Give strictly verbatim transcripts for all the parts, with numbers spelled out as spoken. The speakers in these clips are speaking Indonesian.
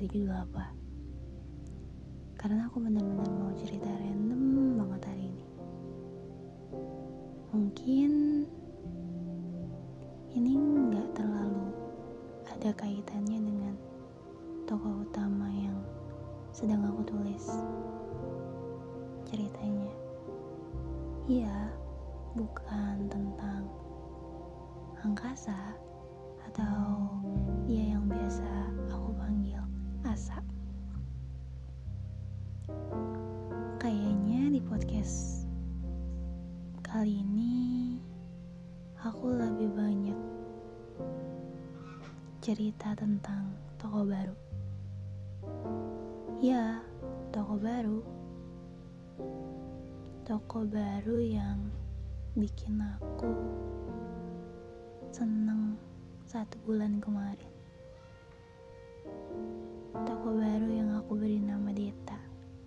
kasih judul apa. Karena aku benar-benar mau cerita random banget hari ini. Mungkin ini gak terlalu ada kaitannya dengan tokoh utama yang sedang aku tulis ceritanya. Iya, bukan tentang angkasa atau dia yang biasa aku panggil Asa. Kayaknya di podcast kali ini aku lebih banyak cerita tentang toko baru. Ya, toko baru. Toko baru yang bikin aku seneng satu bulan kemarin. Toko baru yang aku beri nama Deta.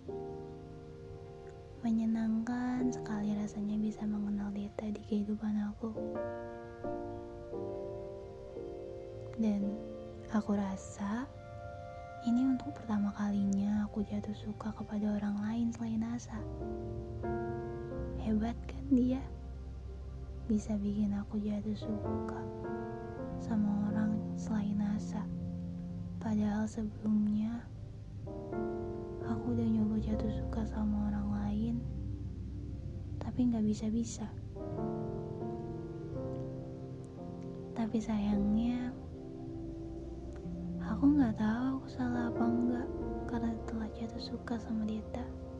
Menyenangkan sekali rasanya bisa mengenal Deta di kehidupan aku. Dan aku rasa ini untuk pertama kalinya aku jatuh suka kepada orang lain selain Asa. Hebat kan dia? Bisa bikin aku jatuh suka sama orang selain Asa. Padahal sebelumnya aku udah nyoba jatuh suka sama orang lain, tapi gak bisa-bisa. Tapi sayangnya aku gak tahu aku salah apa enggak karena telah jatuh suka sama Deta.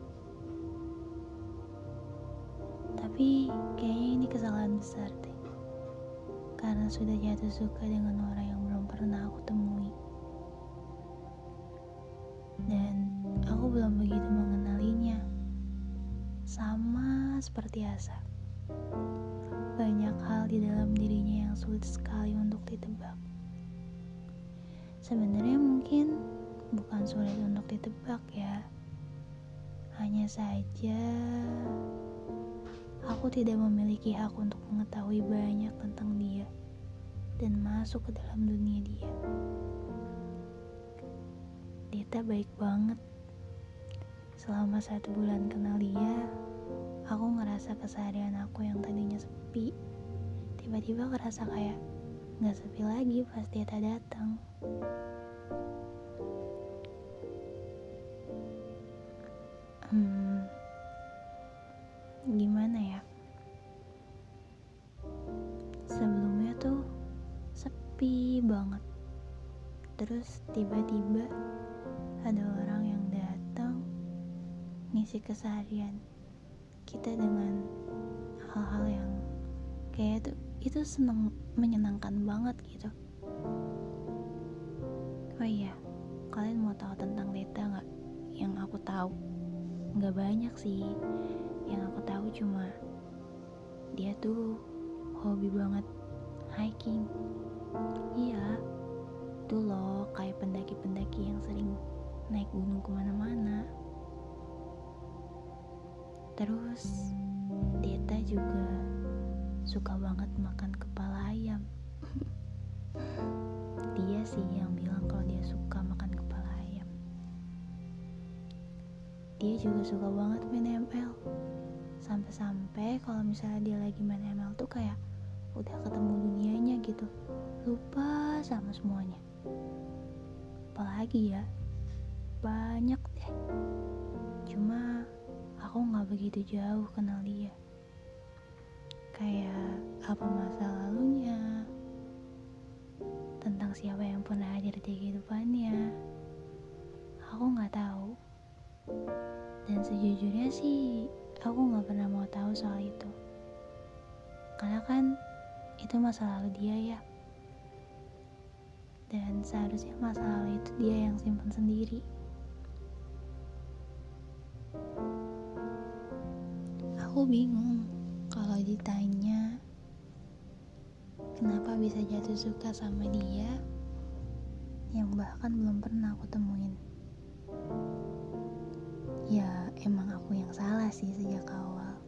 Tapi kayaknya ini kesalahan besar deh, karena sudah jatuh suka dengan orang yang belum pernah aku temui. Dan aku belum begitu mengenalinya. Sama seperti Asa, banyak hal di dalam dirinya yang sulit sekali untuk ditebak. Sebenarnya mungkin bukan sulit untuk ditebak ya. Hanya saja aku tidak memiliki hak untuk mengetahui banyak tentang dia dan masuk ke dalam dunia dia. Deta baik banget. Selama satu bulan kenal dia, aku ngerasa keseharian aku yang tadinya sepi tiba-tiba kerasa kayak gak sepi lagi pas Deta datang. Hmm, gimana ya? Sebelumnya tuh sepi banget. Terus tiba-tiba ada orang yang datang ngisi keseharian kita dengan hal-hal yang kayak itu itu seneng, menyenangkan banget gitu. Oh iya, kalian mau tahu tentang Deta nggak? Yang aku tahu nggak banyak sih. Yang aku tahu cuma dia tuh hobi banget hiking. Iya, itu loh kayak pendaki-pendaki yang sering naik gunung kemana-mana. Terus Deta juga suka banget makan kepala ayam. Dia sih yang bilang kalau dia suka makan kepala ayam. Dia juga suka banget main M L. Sampai-sampai kalau misalnya dia lagi main M L tuh kayak udah ketemu dunianya gitu, lupa sama semuanya. Apalagi ya, banyak deh. Cuma aku gak begitu jauh kenal dia. Kayak apa masa lalunya, tentang siapa yang pernah hadir di kehidupannya, aku gak tahu. Dan sejujurnya sih aku gak pernah mau tahu soal itu, karena kan itu masa lalu dia ya. Dan seharusnya masa lalu itu dia yang simpan sendiri. Aku bingung kalau ditanya kenapa bisa jatuh suka sama dia yang bahkan belum pernah aku temuin. Ya emang aku yang salah sih sejak awal,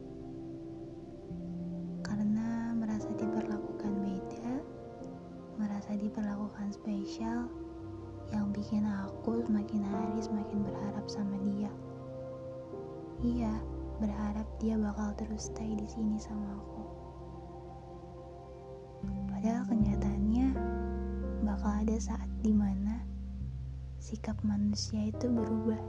karena merasa diperlakukan beda, merasa diperlakukan spesial, yang bikin aku aku semakin hari semakin berharap sama dia. Iya, berharap dia bakal terus stay di sini sama aku. Padahal kenyataannya bakal ada saat dimana sikap manusia itu berubah.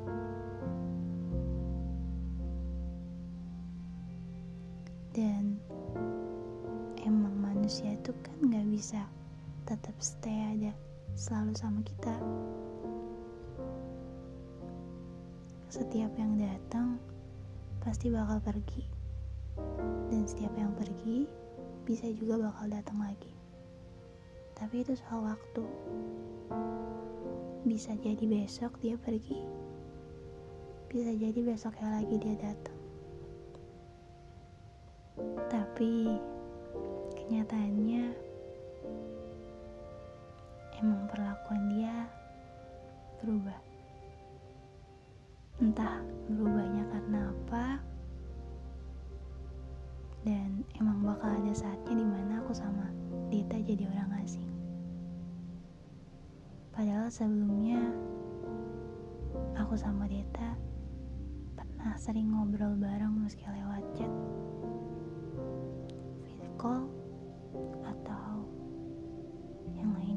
Dan emang manusia itu kan gak bisa tetap stay ada selalu sama kita. Setiap yang datang pasti bakal pergi, dan setiap yang pergi bisa juga bakal datang lagi. Tapi itu soal waktu. Bisa jadi besok dia pergi, bisa jadi besoknya lagi dia datang. Tapi kenyataannya emang perlakuan dia berubah. Entah berubahnya karena apa, dan emang bakal ada saatnya dimana aku sama Dita jadi orang asing. Padahal sebelumnya aku sama Dita pernah sering ngobrol bareng meski lewat chat, video call, atau yang lain.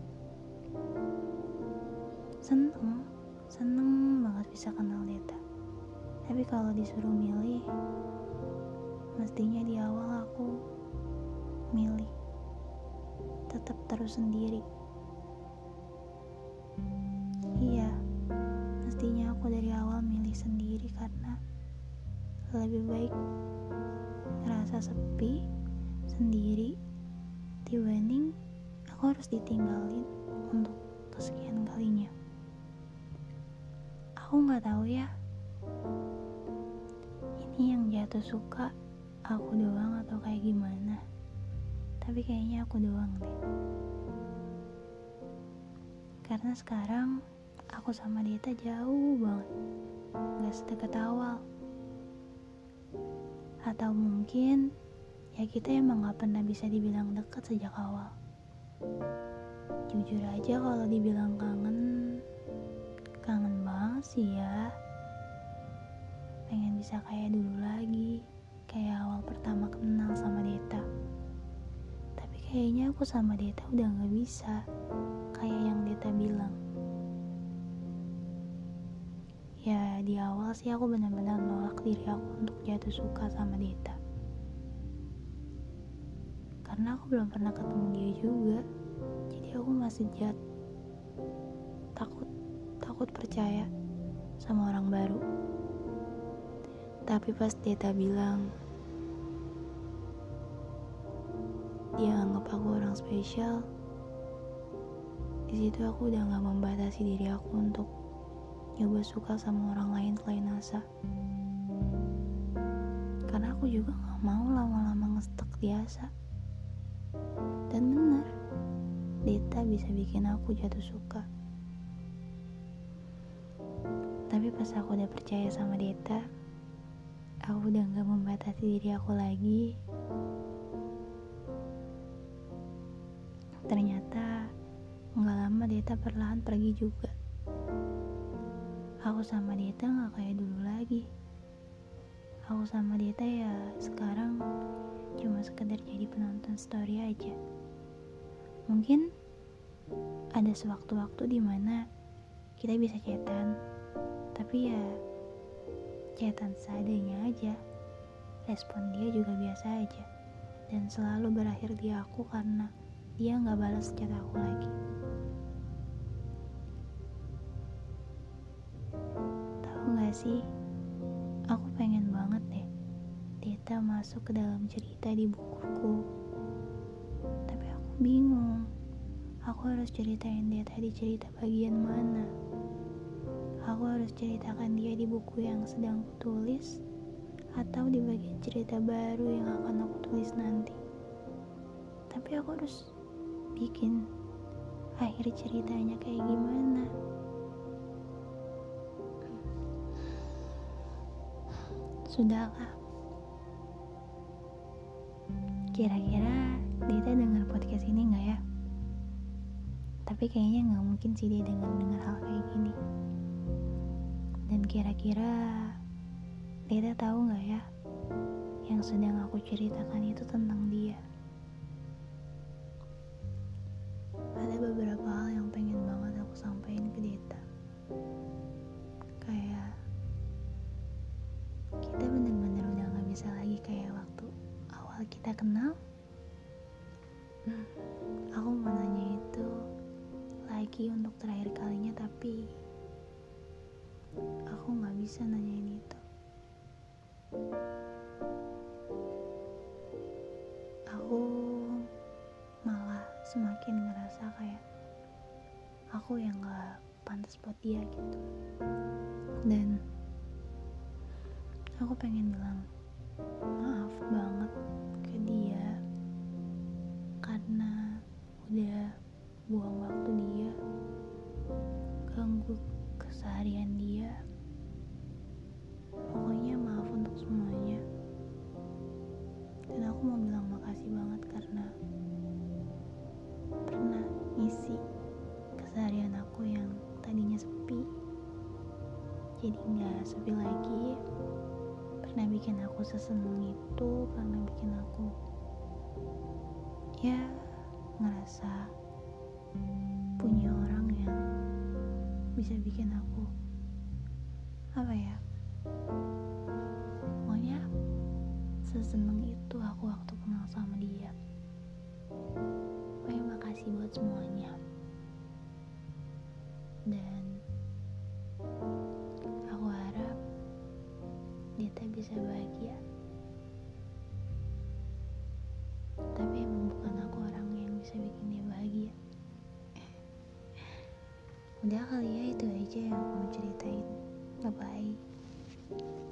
Seneng, seneng banget bisa kenal Dita. Tapi kalau disuruh milih, mestinya di awal aku milih tetap terus sendiri. Iya, mestinya aku dari awal milih sendiri karena lebih baik ngerasa sepi sendiri dibanding aku harus ditinggalin untuk kesekian kalinya. Aku gak tahu ya, ini yang jatuh suka aku doang atau kayak gimana. Tapi kayaknya aku doang deh. Karena sekarang aku sama Dita jauh banget, gak sedekat awal. Atau mungkin ya kita emang gak pernah bisa dibilang dekat sejak awal. Jujur aja kalau dibilang kangen, kangen banget sih ya. Pengen bisa kayak dulu lagi, kayak awal pertama kenal sama Dita. Tapi kayaknya aku sama Dita udah gak bisa kayak yang Dita bilang. Ya di awal sih aku benar-benar nolak diri aku untuk jatuh suka sama Dita, karena aku belum pernah ketemu dia juga. Jadi aku masih jat takut takut percaya sama orang baru. Tapi pas Dita bilang dia anggap aku orang spesial, di situ aku udah gak membatasi diri aku untuk nyoba suka sama orang lain selain Asa. Karena aku juga gak mau lama-lama ngestek di Asa. Dan benar, Dita bisa bikin aku jatuh suka. Tapi pas aku udah percaya sama Dita, aku udah gak membatasi diri aku lagi. Ternyata gak lama Dita perlahan pergi juga. Aku sama Dita gak kayak dulu lagi. Aku sama Dita ya sekarang cuma sekedar jadi penonton story aja. Mungkin ada sewaktu-waktu dimana kita bisa chatan, tapi ya chatan seadanya aja. Respon dia juga biasa aja, dan selalu berakhir di aku karena dia gak balas chat aku lagi. Tahu gak sih, aku pengen banget deh Dita masuk ke dalam cerita di bukuku. Tapi aku bingung, aku harus ceritain Dita di cerita bagian mana. Aku harus ceritakan dia di buku yang sedang kutulis, atau di bagian cerita baru yang akan aku tulis nanti. Tapi aku harus bikin akhir ceritanya kayak gimana. Sudahkah? Kira-kira Dita dengar podcast ini gak ya? Tapi kayaknya gak mungkin sih dia dengar-dengar hal kayak gini. kira-kira Dita tahu nggak ya, yang sedang aku ceritakan itu tentang dia. Ada beberapa hal yang pengen banget aku sampaikan ke Dita. Kayak kita bener-bener udah gak bisa lagi kayak waktu awal kita kenal. Hmm, aku mau nanya itu lagi untuk terakhir kalinya, tapi aku gak bisa nanyain itu. Aku malah semakin ngerasa kayak aku yang gak pantas buat dia gitu. Dan aku pengen bilang maaf banget ke dia karena udah buang waktu dia, ganggu keseharian dia. Pokoknya maaf untuk semuanya. Dan aku mau bilang makasih banget karena pernah ngisi keseharian aku yang tadinya sepi jadi gak sepi lagi. Pernah bikin aku seseneng itu, pernah bikin aku ya ngerasa punya orang yang bisa bikin aku apa ya, pokoknya seseneng itu aku waktu kenal sama dia. Pokoknya makasih buat semuanya. Dan aku harap Dita bisa bahagia. Tapi emang bukan aku orang yang bisa bikin dia bahagia. Udah kali ya, itu aja yang aku mau ceritain. Bye bye.